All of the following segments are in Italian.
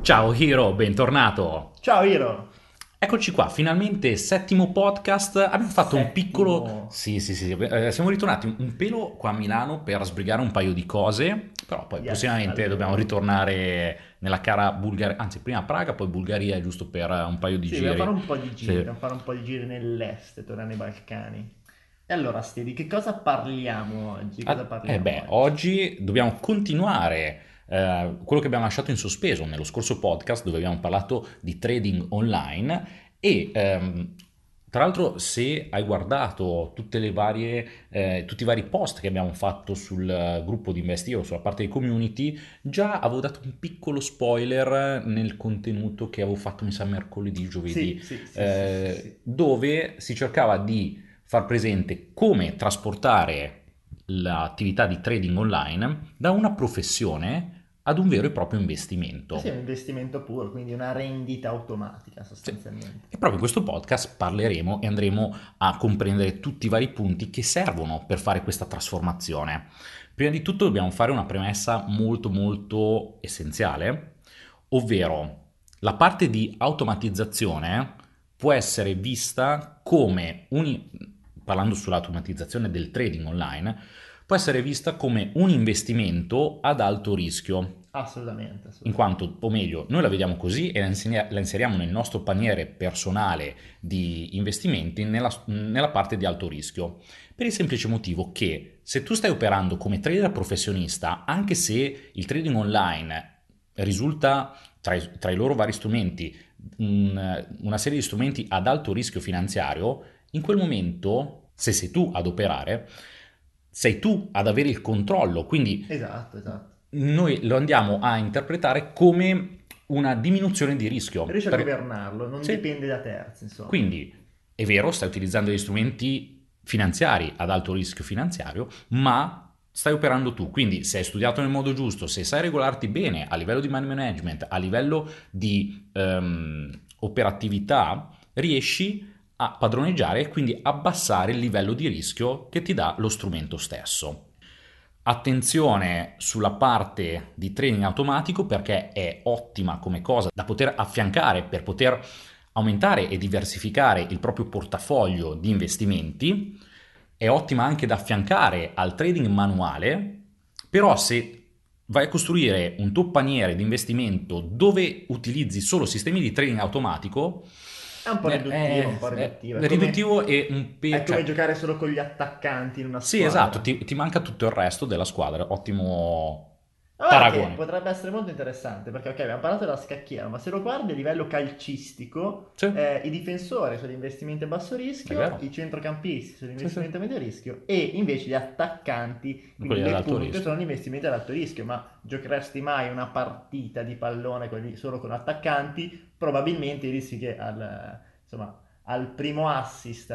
Ciao Hiro, bentornato. Ciao Iro, Eccoci qua, finalmente settimo podcast. Abbiamo fatto un piccolo. settimo. Sì, siamo ritornati un pelo qua a Milano per sbrigare un paio di cose, però poi Yes, prossimamente dobbiamo allora. ritornare nella cara Bulgaria, anzi prima Praga, poi Bulgaria, giusto per un paio di Sì, dobbiamo fare giri. un po' di giri, Sì. dobbiamo fare un po' di giri nell'est, tornare nei Balcani. E allora, Ste, di che cosa parliamo oggi? Cosa parliamo oggi? Oggi dobbiamo continuare quello che abbiamo lasciato in sospeso nello scorso podcast dove abbiamo parlato di trading online e tra l'altro se hai guardato tutti i vari post che abbiamo fatto sul gruppo di Investiro, sulla parte di community, già avevo dato un piccolo spoiler nel contenuto che avevo fatto mi sa mercoledì, Sì, giovedì, sì, sì, sì, sì, sì. dove si cercava di far presente come trasportare l'attività di trading online da una professione ad un vero e proprio Sì, è un investimento. investimento puro, quindi una rendita automatica Sì. sostanzialmente. E proprio in questo podcast parleremo e andremo a comprendere tutti i vari punti che servono per fare questa trasformazione. Prima di tutto dobbiamo fare una premessa molto molto essenziale, ovvero la parte di automatizzazione può essere vista come parlando sull'automatizzazione del trading online, può essere vista come un investimento ad alto rischio, Assolutamente, in assolutamente. quanto, o meglio, noi la vediamo così e la inseriamo nel nostro paniere personale di investimenti nella parte di alto rischio, per il semplice motivo che se tu stai operando come trader professionista, anche se il trading online risulta tra i loro vari strumenti una serie di strumenti ad alto rischio finanziario, in quel momento, se sei tu ad operare, sei tu ad avere il controllo, quindi Esatto, esatto. noi lo andiamo a interpretare come una diminuzione di rischio. Riesci a governarlo, non Sì. dipende da terzi, insomma. Quindi è vero, stai utilizzando degli strumenti finanziari ad alto rischio finanziario, ma stai operando tu. Quindi se hai studiato nel modo giusto, se sai regolarti bene a livello di money management, a livello di operatività, riesci a padroneggiare e quindi abbassare il livello di rischio che ti dà lo strumento stesso. Attenzione sulla parte di trading automatico perché è ottima come cosa da poter affiancare per poter aumentare e diversificare il proprio portafoglio di investimenti. È ottima anche da affiancare al trading manuale, però se vai a costruire un tuo paniere di investimento dove utilizzi solo sistemi di trading automatico, È un po' riduttivo, un po' è riduttivo. riduttivo e un È come cioè, giocare solo con gli attaccanti in una sì, esatto, squadra. ti manca tutto il resto della squadra. Ottimo Ma guarda che paragone. potrebbe essere molto interessante perché, ok, abbiamo parlato della scacchiera, ma se lo guardi a livello calcistico, Sì, i difensori sono investimenti a basso è rischio, vero. i centrocampisti sono Sì, sì. investimenti a medio rischio e invece gli attaccanti, quindi Quelli ad le alto punte, rischio. sono gli investimenti ad alto rischio. Ma giocheresti mai una partita di pallone solo con attaccanti? Probabilmente rischi che insomma, al primo assist,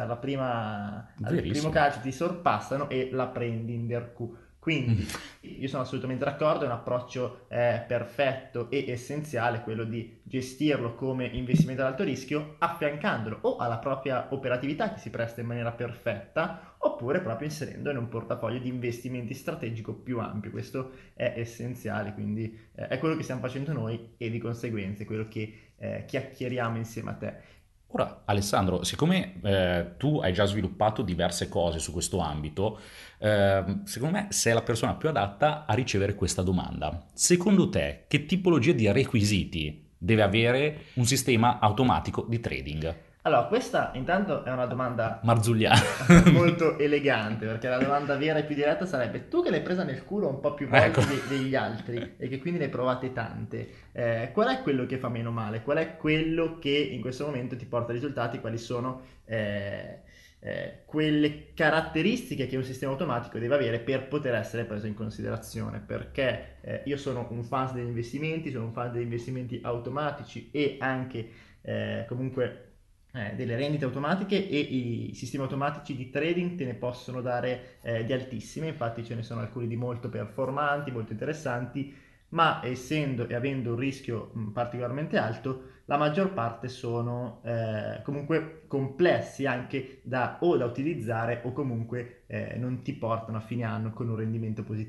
al primo Verissimo. calcio ti sorpassano e la prendi in dercu. Quindi io sono assolutamente d'accordo, è un approccio perfetto e essenziale quello di gestirlo come investimento ad alto rischio, affiancandolo o alla propria operatività che si presta in maniera perfetta, oppure proprio inserendo in un portafoglio di investimenti strategico più ampio. Questo è essenziale, quindi è quello che stiamo facendo noi e di conseguenza è quello che chiacchieriamo insieme a te. Ora, Alessandro, siccome tu hai già sviluppato diverse cose su questo ambito, secondo me sei la persona più adatta a ricevere questa domanda. Secondo te, che tipologia di requisiti deve avere un sistema automatico di trading? Allora, questa intanto è una domanda Marzulliano. molto elegante, perché la domanda vera e più diretta sarebbe: tu che l'hai presa nel culo un po' più Ecco. volte degli altri e che quindi ne hai provate tante, qual è quello che fa meno male? Qual è quello che in questo momento ti porta risultati? Quali sono quelle caratteristiche che un sistema automatico deve avere per poter essere preso in considerazione? Perché io sono un fan degli investimenti, sono un fan degli investimenti automatici e anche comunque delle rendite automatiche, e i sistemi automatici di trading te ne possono dare di altissime. Infatti ce ne sono alcuni di molto performanti, molto interessanti, ma essendo e avendo un rischio particolarmente alto, la maggior parte sono comunque complessi anche da utilizzare, o comunque non ti portano a fine anno con un rendimento positivo.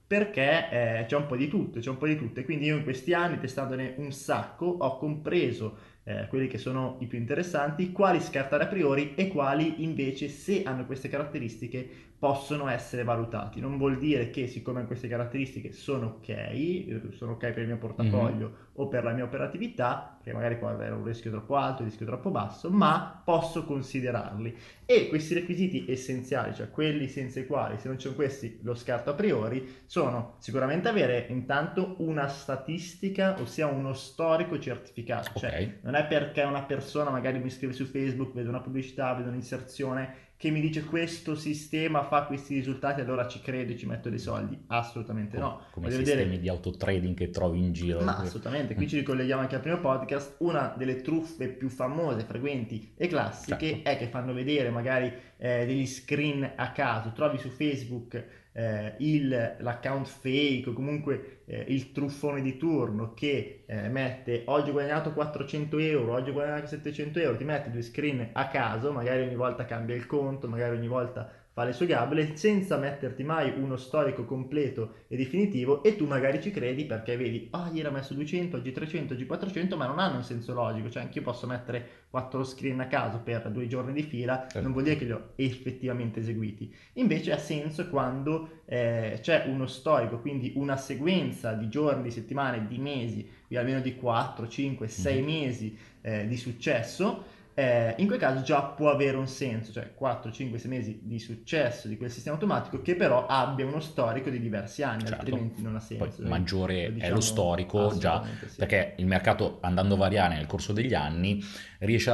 perché c'è un po' di tutto, c'è un po' di tutto, e quindi io in questi anni, testandone un sacco, ho compreso quelli che sono i più interessanti, quali scartare a priori e quali invece, se hanno queste caratteristiche, possono essere valutati. Non vuol dire che, siccome queste caratteristiche sono ok per il mio Mhm. portafoglio o per la mia operatività, perché magari può avere un rischio troppo alto, un rischio troppo basso, ma posso considerarli. E questi requisiti essenziali, cioè quelli senza i quali, se non c'è questi, lo scarto a priori, sono sicuramente avere intanto una statistica, ossia uno storico certificato. Ok, Cioè non è perché una persona magari mi scrive su Facebook, vede una pubblicità, vede un'inserzione che mi dice questo sistema fa questi risultati, allora ci credo e ci metto dei soldi. Assolutamente no. come i Voglio sistemi di vedere. autotrading che trovi in giro. Ma assolutamente, qui ci ricolleghiamo anche al primo podcast. Una delle truffe più famose, frequenti e classiche Certo. è che fanno vedere magari degli screen a caso. Trovi su Facebook l'account fake o comunque il truffone di turno che mette oggi ho guadagnato 400 euro, oggi ho guadagnato 700 euro, ti mette due screen a caso, magari ogni volta cambia il conto, magari ogni volta fa le sue gabole senza metterti mai uno storico completo e definitivo, e tu magari ci credi perché vedi, ieri ha messo 200, oggi 300, oggi 400, ma non hanno un senso logico. Cioè anche io posso mettere 4 screen a caso per 2 giorni di fila, non vuol dire Esatto. che li ho effettivamente eseguiti. Invece ha senso quando c'è uno storico, quindi una sequenza di giorni, di settimane, di mesi, di almeno di 4, 5, 6 Mhm. mesi di successo. In quel caso già può avere un senso, cioè 4, 5, 6 mesi di successo di quel sistema automatico che però abbia uno storico di diversi anni, Certo. altrimenti non ha Poi senso. Noi lo maggiore è lo diciamo storico già, assolutamente sì. perché il mercato, andando a variare nel corso degli anni, riesce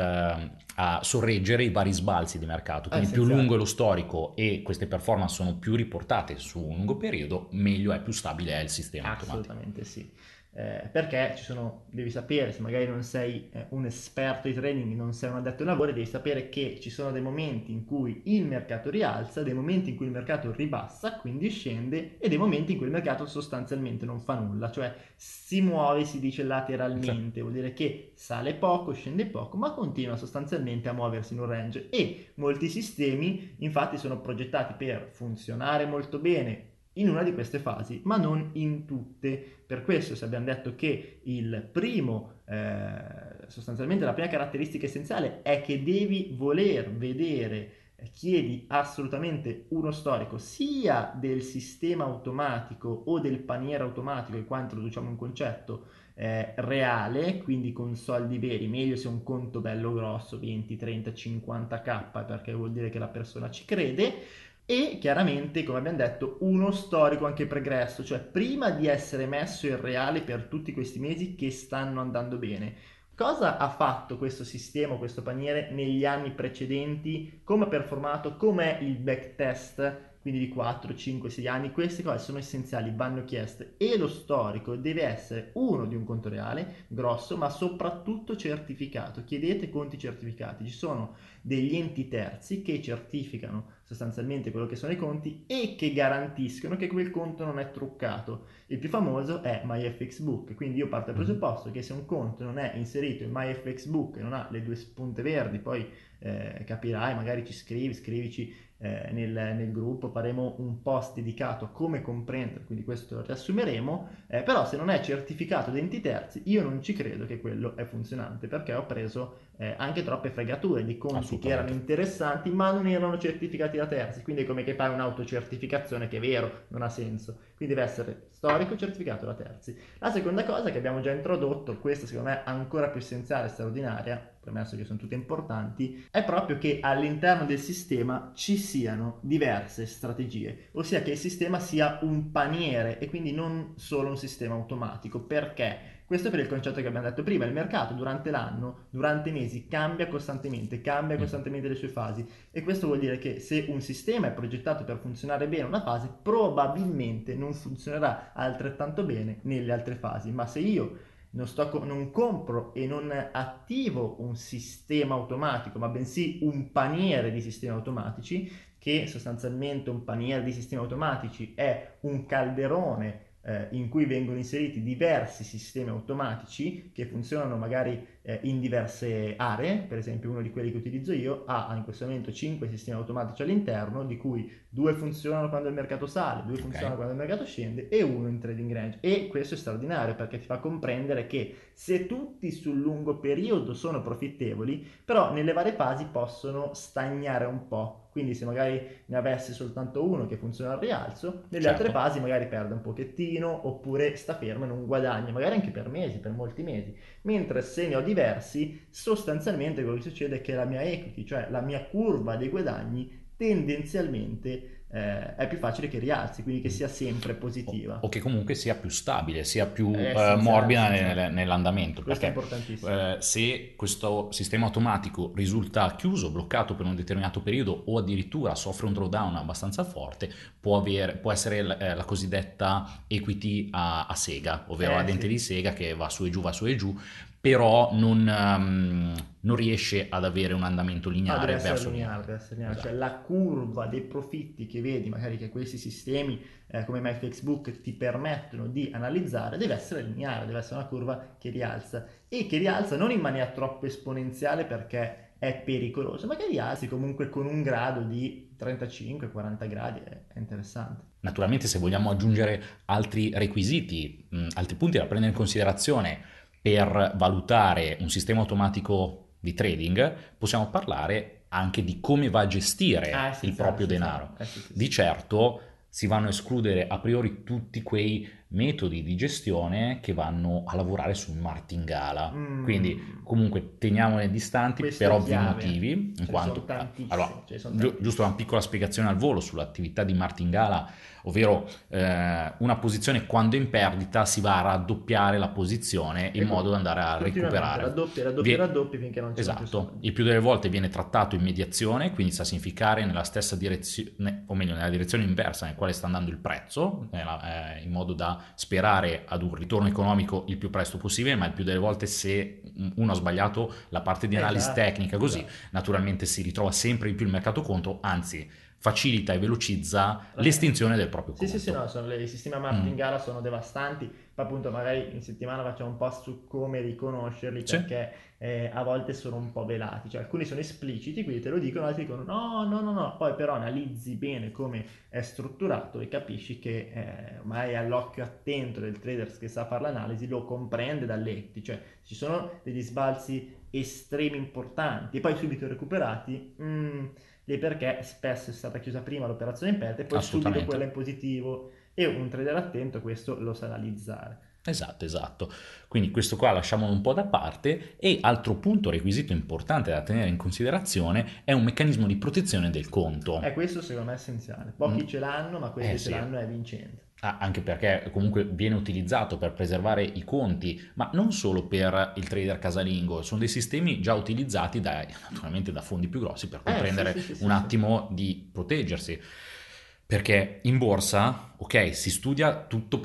a sorreggere i vari sbalzi di mercato. È Quindi più lungo è essenziale. lo storico e queste performance sono più riportate su un lungo periodo, meglio è, più stabile è il sistema automatico. Assolutamente sì. Perché devi sapere, se magari non sei un esperto di trading, non sei un addetto ai lavori, devi sapere che ci sono dei momenti in cui il mercato rialza, dei momenti in cui il mercato ribassa, quindi scende, e dei momenti in cui il mercato sostanzialmente non fa nulla, cioè si muove, si dice Sì. lateralmente, vuol dire che sale poco, scende poco, ma continua sostanzialmente a muoversi in un range, e molti sistemi infatti sono progettati per funzionare molto bene in una di queste fasi, ma non in tutte. Per questo, se abbiamo detto che sostanzialmente la prima caratteristica essenziale è che devi voler vedere, chiedi assolutamente uno storico sia del sistema automatico o del paniere automatico, e qua introduciamo un concetto reale, quindi con soldi veri, meglio se è un conto bello grosso, 20, 30, 50k, perché vuol dire che la persona ci crede, e chiaramente, come abbiamo detto, uno storico anche pregresso, cioè prima di essere messo in reale per tutti questi mesi che stanno andando bene. Cosa ha fatto questo sistema, questo paniere negli anni precedenti? Come ha performato? Com'è il backtest? Quindi di 4, 5, 6 anni, queste cose sono essenziali, vanno chieste, e lo storico deve essere uno di un conto reale, grosso, ma soprattutto certificato. Chiedete conti certificati, ci sono degli enti terzi che certificano sostanzialmente quello che sono i conti e che garantiscono che quel conto non è truccato. Il più famoso è MyFXBook, quindi io parto dal Mhm. presupposto che se un conto non è inserito in MyFXBook e non ha le due spunte verdi, poi capirai, magari scrivici nel gruppo, faremo un post dedicato a come comprendere, quindi questo lo riassumeremo, però se non è certificato da enti terzi io non ci credo che quello è funzionante, perché ho preso anche troppe fregature di conti che erano Assolutamente. interessanti ma non erano certificati da terzi, quindi è come che fai un'autocertificazione, che è vero, non ha senso, quindi deve essere storico certificato da terzi. La seconda cosa che abbiamo già introdotto, questa secondo me è ancora più essenziale e straordinaria, premesso che sono tutte importanti, è proprio che all'interno del sistema ci siano diverse strategie, ossia che il sistema sia un paniere e quindi non solo un sistema automatico. Perché? Questo per il concetto che abbiamo detto prima: il mercato durante l'anno, durante i mesi, cambia Mhm. costantemente le sue fasi, e questo vuol dire che se un sistema è progettato per funzionare bene in una fase, probabilmente non funzionerà altrettanto bene nelle altre fasi. Ma se io non compro e non attivo un sistema automatico, ma bensì un paniere di sistemi automatici, che sostanzialmente un paniere di sistemi automatici è un calderone in cui vengono inseriti diversi sistemi automatici che funzionano magari in diverse aree. Per esempio uno di quelli che utilizzo io ha in questo momento 5 sistemi automatici all'interno, di cui 2 funzionano quando il mercato sale, 2 funzionano quando il mercato scende e uno in trading range. E questo è straordinario perché ti fa comprendere che se tutti sul lungo periodo sono profittevoli, però nelle varie fasi possono stagnare un po'. Quindi se magari ne avessi soltanto uno che funziona al rialzo, nelle altre Certo. fasi magari perde un pochettino oppure sta fermo e non guadagna, magari anche per mesi, per molti mesi. Mentre se ne ho diversi, sostanzialmente quello che succede è che la mia equity, cioè la mia curva dei guadagni, tendenzialmente è più facile che rialzi, quindi che sia sempre positiva. O che comunque sia più stabile, sia più È essenziale, morbida essenziale. nell'andamento, Questo è perché importantissimo. se questo sistema automatico risulta chiuso, bloccato per un determinato periodo o addirittura soffre un drawdown abbastanza forte, può essere la cosiddetta equity a sega, ovvero a dente Sì. di sega che va su e giù, però non riesce ad avere un andamento No, deve lineare essere verso lineare, lineare. deve essere lineare, cioè Esatto. la curva dei profitti che vedi, magari che questi sistemi come MyFlexbook ti permettono di analizzare, deve essere lineare, deve essere una curva che rialza e che rialza non in maniera troppo esponenziale perché è pericoloso, ma che rialzi comunque con un grado di 35-40 gradi, è interessante. Naturalmente, se vogliamo aggiungere altri requisiti, altri punti da prendere in considerazione per valutare un sistema automatico di trading, possiamo parlare anche di come va a Ah, gestire il essenziale, proprio essenziale. denaro. Sì, sì, Di sì. certo si vanno a escludere a priori tutti quei metodi di gestione che vanno a lavorare su un martingala. Quindi Mm, comunque teniamone distanti questo per è ovvi chiave, motivi, in ce ne sono quanto tantissimi, allora, ce ne sono giusto una tantissimi. piccola spiegazione al volo sull'attività di martingala, ovvero una posizione quando è in perdita si va a raddoppiare la posizione in E modo da andare a continuamente, recuperare. raddoppi, raddoppi, raddoppi finché non c'erano più Esatto, soldi. il più delle volte viene trattato in mediazione, quindi sta a significare nella stessa direzione, o meglio nella direzione inversa nel quale sta andando il prezzo, in modo da sperare ad un ritorno economico il più presto possibile, ma il più delle volte se uno ha sbagliato la parte di analisi Esatto, tecnica, così esatto. naturalmente si ritrova sempre di più il mercato contro, anzi facilita e velocizza Eh, l'estinzione del proprio Sì, sì, sì, no, conto. i sistemi a Mm. martingala sono devastanti, poi appunto magari in settimana facciamo un po' su come riconoscerli Sì, perché a volte sono un po' velati, cioè alcuni sono espliciti, quindi te lo dicono, altri dicono no, no, no, no, poi però analizzi bene come è strutturato e capisci che ormai all'occhio attento del trader che sa fare l'analisi lo comprende dall'equity, cioè ci sono degli sbalzi estremi importanti e poi subito recuperati. Lì perché spesso è stata chiusa prima l'operazione in perdita e poi subito assolutamente. quella in positivo e un trader attento questo lo sa analizzare. Esatto, esatto. Quindi questo qua lasciamolo un po' da parte e altro punto, requisito importante da tenere in considerazione è un meccanismo di protezione del conto. Questo secondo me è essenziale. Mm, Pochi ce l'hanno, ma quelli che ce sì. l'hanno è vincente. Anche perché comunque viene utilizzato per preservare i conti, ma non solo per il trader casalingo, sono dei sistemi già utilizzati naturalmente da fondi più grossi per Sì, comprendere sì, sì, sì, un sì. attimo di proteggersi. Perché in borsa, ok, si studia tutto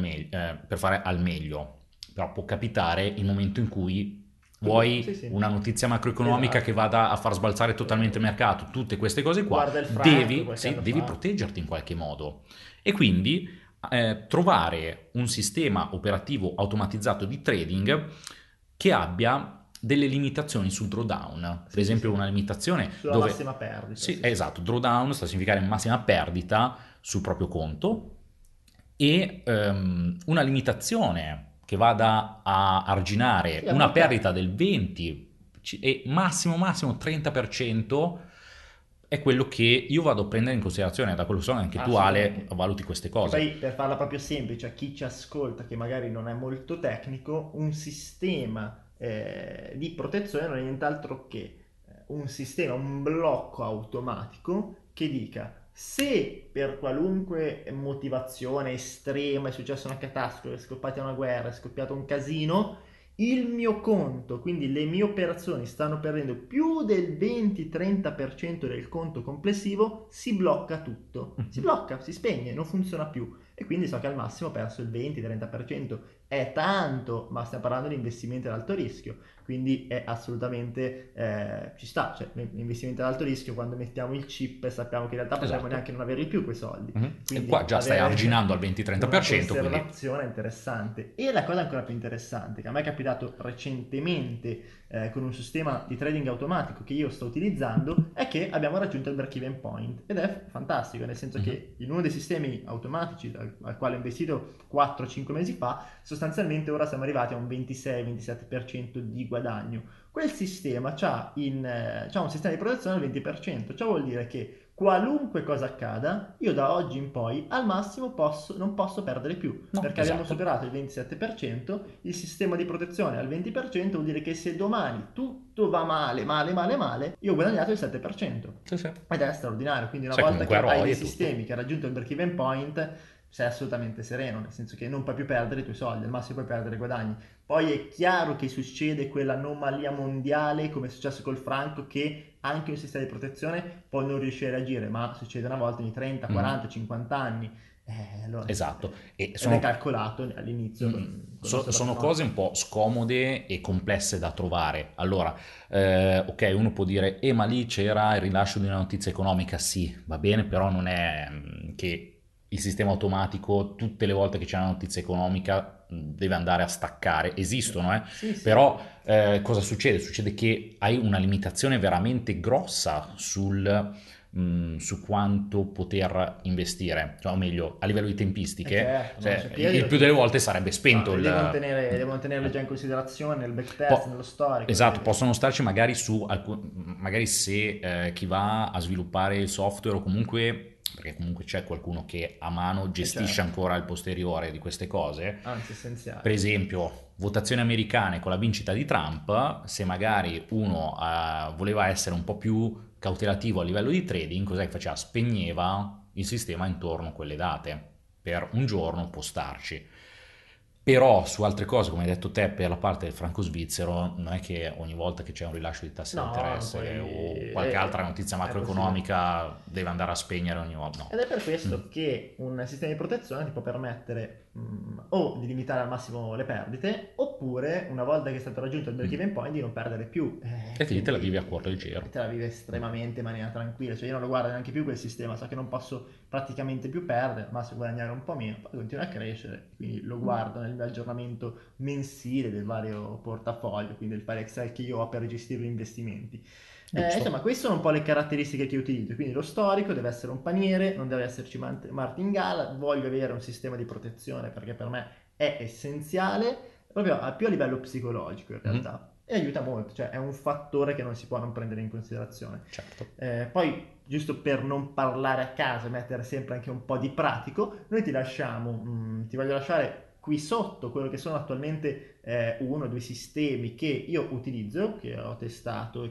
per fare al meglio, però può capitare il momento in cui Sì, vuoi sì. una notizia macroeconomica che Esatto. vada a far sbalzare totalmente il mercato, tutte queste cose qua, Guarda il franco qualche sì, anno devi fa. proteggerti in qualche modo. E quindi trovare un sistema operativo automatizzato di trading che abbia delle limitazioni sul drawdown. Per Sì, sì, esempio, sì. una limitazione Sulla dove, massima perdita, sì, sì, sì. esatto, drawdown sta a significare massima perdita sul proprio conto e una limitazione che vada a arginare Sì, a una bloccare. perdita del 20 e massimo 30% è quello che io vado a prendere in considerazione, da quello che so anche tu Ale Assolutamente. valuti queste Che cose. poi per farla proprio semplice a chi ci ascolta, che magari non è molto tecnico, un sistema di protezione non è nient'altro che un sistema, un blocco automatico che dica se per qualunque motivazione estrema è successa una catastrofe, è scoppiata una guerra, è scoppiato un casino, il mio conto, quindi le mie operazioni stanno perdendo più del 20-30% del conto complessivo, si blocca tutto. Si blocca, si spegne, non funziona più. E e quindi so che al massimo ho perso il 20-30%. È tanto, ma stiamo parlando di investimenti ad alto rischio, quindi è assolutamente ci sta, cioè investimenti ad alto rischio, quando mettiamo il chip sappiamo che in realtà potremmo Esatto. neanche non averli più quei soldi, E quindi qua già stai avere arginando al una 20-30%, quindi conservazione interessante. E la cosa ancora più interessante che a me è capitato recentemente con un sistema di trading automatico che io sto utilizzando è che abbiamo raggiunto il break-even point, ed è fantastico, nel senso che in uno dei sistemi automatici al quale ho investito 4-5 mesi fa, sostanzialmente ora siamo arrivati a un 26-27% di guadagno. Quel sistema c'ha un sistema di protezione al 20%, ciò vuol dire che qualunque cosa accada, io da oggi in poi al massimo non posso perdere più, no, perché abbiamo esatto. superato il 27%, il sistema di protezione al 20% vuol dire che se domani tutto va male, male, male, male, io ho guadagnato il 7%. Sì, sì. Ed è straordinario, quindi una Sai, volta comunque che hai ROI dei e tutto. sistemi che ha raggiunto il break-even point, sei assolutamente sereno, nel senso che non puoi più perdere i tuoi soldi, al massimo puoi perdere i guadagni. Poi è chiaro che succede quell'anomalia mondiale, come è successo col franco, che anche un sistema di protezione può non riuscire a reagire, ma succede una volta ogni 30, 40, 50 anni. Allora, Esatto. E ed è sono, calcolato all'inizio con sono l'osservatorio. cose un po' scomode e complesse da trovare. Allora, ok, uno può dire, ma lì c'era il rilascio di una notizia economica. Sì, va bene, però non è che il sistema automatico tutte le volte che c'è una notizia economica deve andare a staccare. Esistono, Sì, sì. però cosa succede? Succede che hai una limitazione veramente grossa su quanto poter investire, cioè, o meglio, a livello di E tempistiche, certo, no, cioè, cioè, io il dico più delle che volte sarebbe spento devono tenerle già in considerazione nel backtest, Po- nello storico. Esatto, possono starci magari magari se chi va a sviluppare il software o comunque, perché comunque c'è qualcuno che a mano E gestisce certo, ancora il posteriore di queste cose. anzi Per essenziale. esempio, votazioni americane con la vincita di Trump, se magari uno voleva essere un po' più cautelativo a livello di trading, cos'è che faceva? Spegneva il sistema intorno a quelle date. Per un giorno può starci. Però su altre cose, come hai detto te, per la parte del franco svizzero, non è che ogni volta che c'è un rilascio di tasse di No, non interesse o puoi... qualche altra notizia è possibile. macroeconomica deve andare a spegnere ogni volta. No. Ed è per questo che un sistema di protezione ti può permettere o di limitare al massimo le perdite, oppure una volta che è stato raggiunto il break-even point di non perdere più. E quindi te la vivi a cuor Quindi leggero. te la vive estremamente in maniera tranquilla, cioè io non lo guardo neanche più quel sistema, so che non posso praticamente più perdere, ma se guadagnare un po' meno, poi continua a crescere, quindi lo guardo nel mio aggiornamento mensile del vario portafoglio, quindi del file Excel che io ho per gestire gli investimenti. Insomma, Giusto. queste sono un po' le caratteristiche che utilizzo. Quindi lo storico deve essere un paniere, non deve esserci martingala. Voglio avere un sistema di protezione perché per me è essenziale, proprio più a livello psicologico in Mhm. realtà. E aiuta molto, cioè è un fattore che non si può non prendere in considerazione. Certo. Poi, giusto per non parlare a caso e mettere sempre anche un po' di pratico, noi ti lasciamo, ti voglio lasciare qui sotto quello che sono attualmente uno o due sistemi che io utilizzo, che ho testato e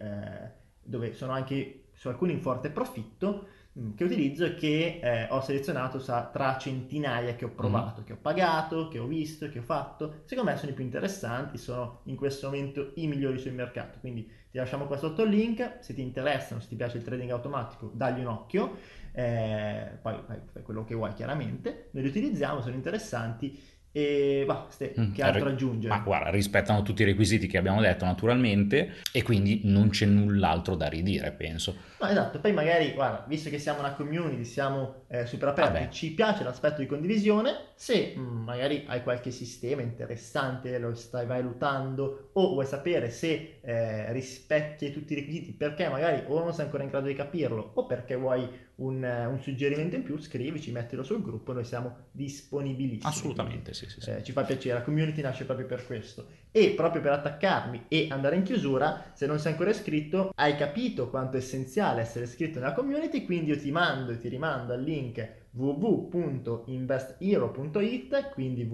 dove sono anche su alcuni in forte profitto, che utilizzo e che ho selezionato tra centinaia che ho Mhm. provato, che ho pagato, che ho visto, che ho fatto. Secondo me sono i più interessanti, sono in questo momento i migliori sul mercato. Quindi ti lasciamo qua sotto il link, se ti interessano, se ti piace il trading automatico, dagli un occhio, poi fai quello che vuoi chiaramente. Noi li utilizziamo, sono interessanti e va, che altro Ma aggiungere? guarda, rispettano tutti i requisiti che abbiamo detto naturalmente e quindi non c'è null'altro da ridire, penso. No, esatto, poi magari, guarda, visto che siamo una community, siamo super aperti, Vabbè, ci piace l'aspetto di condivisione, se magari hai qualche sistema interessante, lo stai valutando o vuoi sapere se rispecchia tutti i requisiti, perché magari o non sei ancora in grado di capirlo o perché vuoi un suggerimento in più, scrivici, mettilo sul gruppo, noi siamo disponibilissimi, quindi assolutamente sì, sì, sì. ci fa piacere, la community nasce proprio per questo. E proprio per attaccarmi e andare in chiusura, se non sei ancora iscritto, hai capito quanto è essenziale essere iscritto nella community, quindi io ti mando e ti rimando al link www.investhero.it, quindi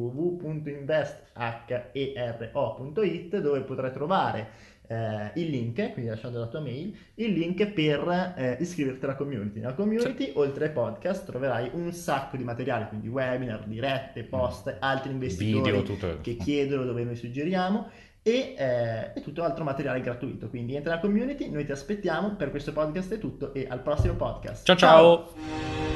www.investhero.it, dove potrai trovare il link, quindi lasciando la tua mail, il link per iscriverti alla community. Nella Sì. community, oltre ai podcast, troverai un sacco di materiale, quindi webinar, dirette, post, altri Video, investitori tutto. che chiedono, dove noi suggeriamo e tutto altro materiale gratuito. Quindi entra nella community, noi ti aspettiamo. Per questo podcast è tutto e al prossimo podcast. Ciao Ciao! ciao!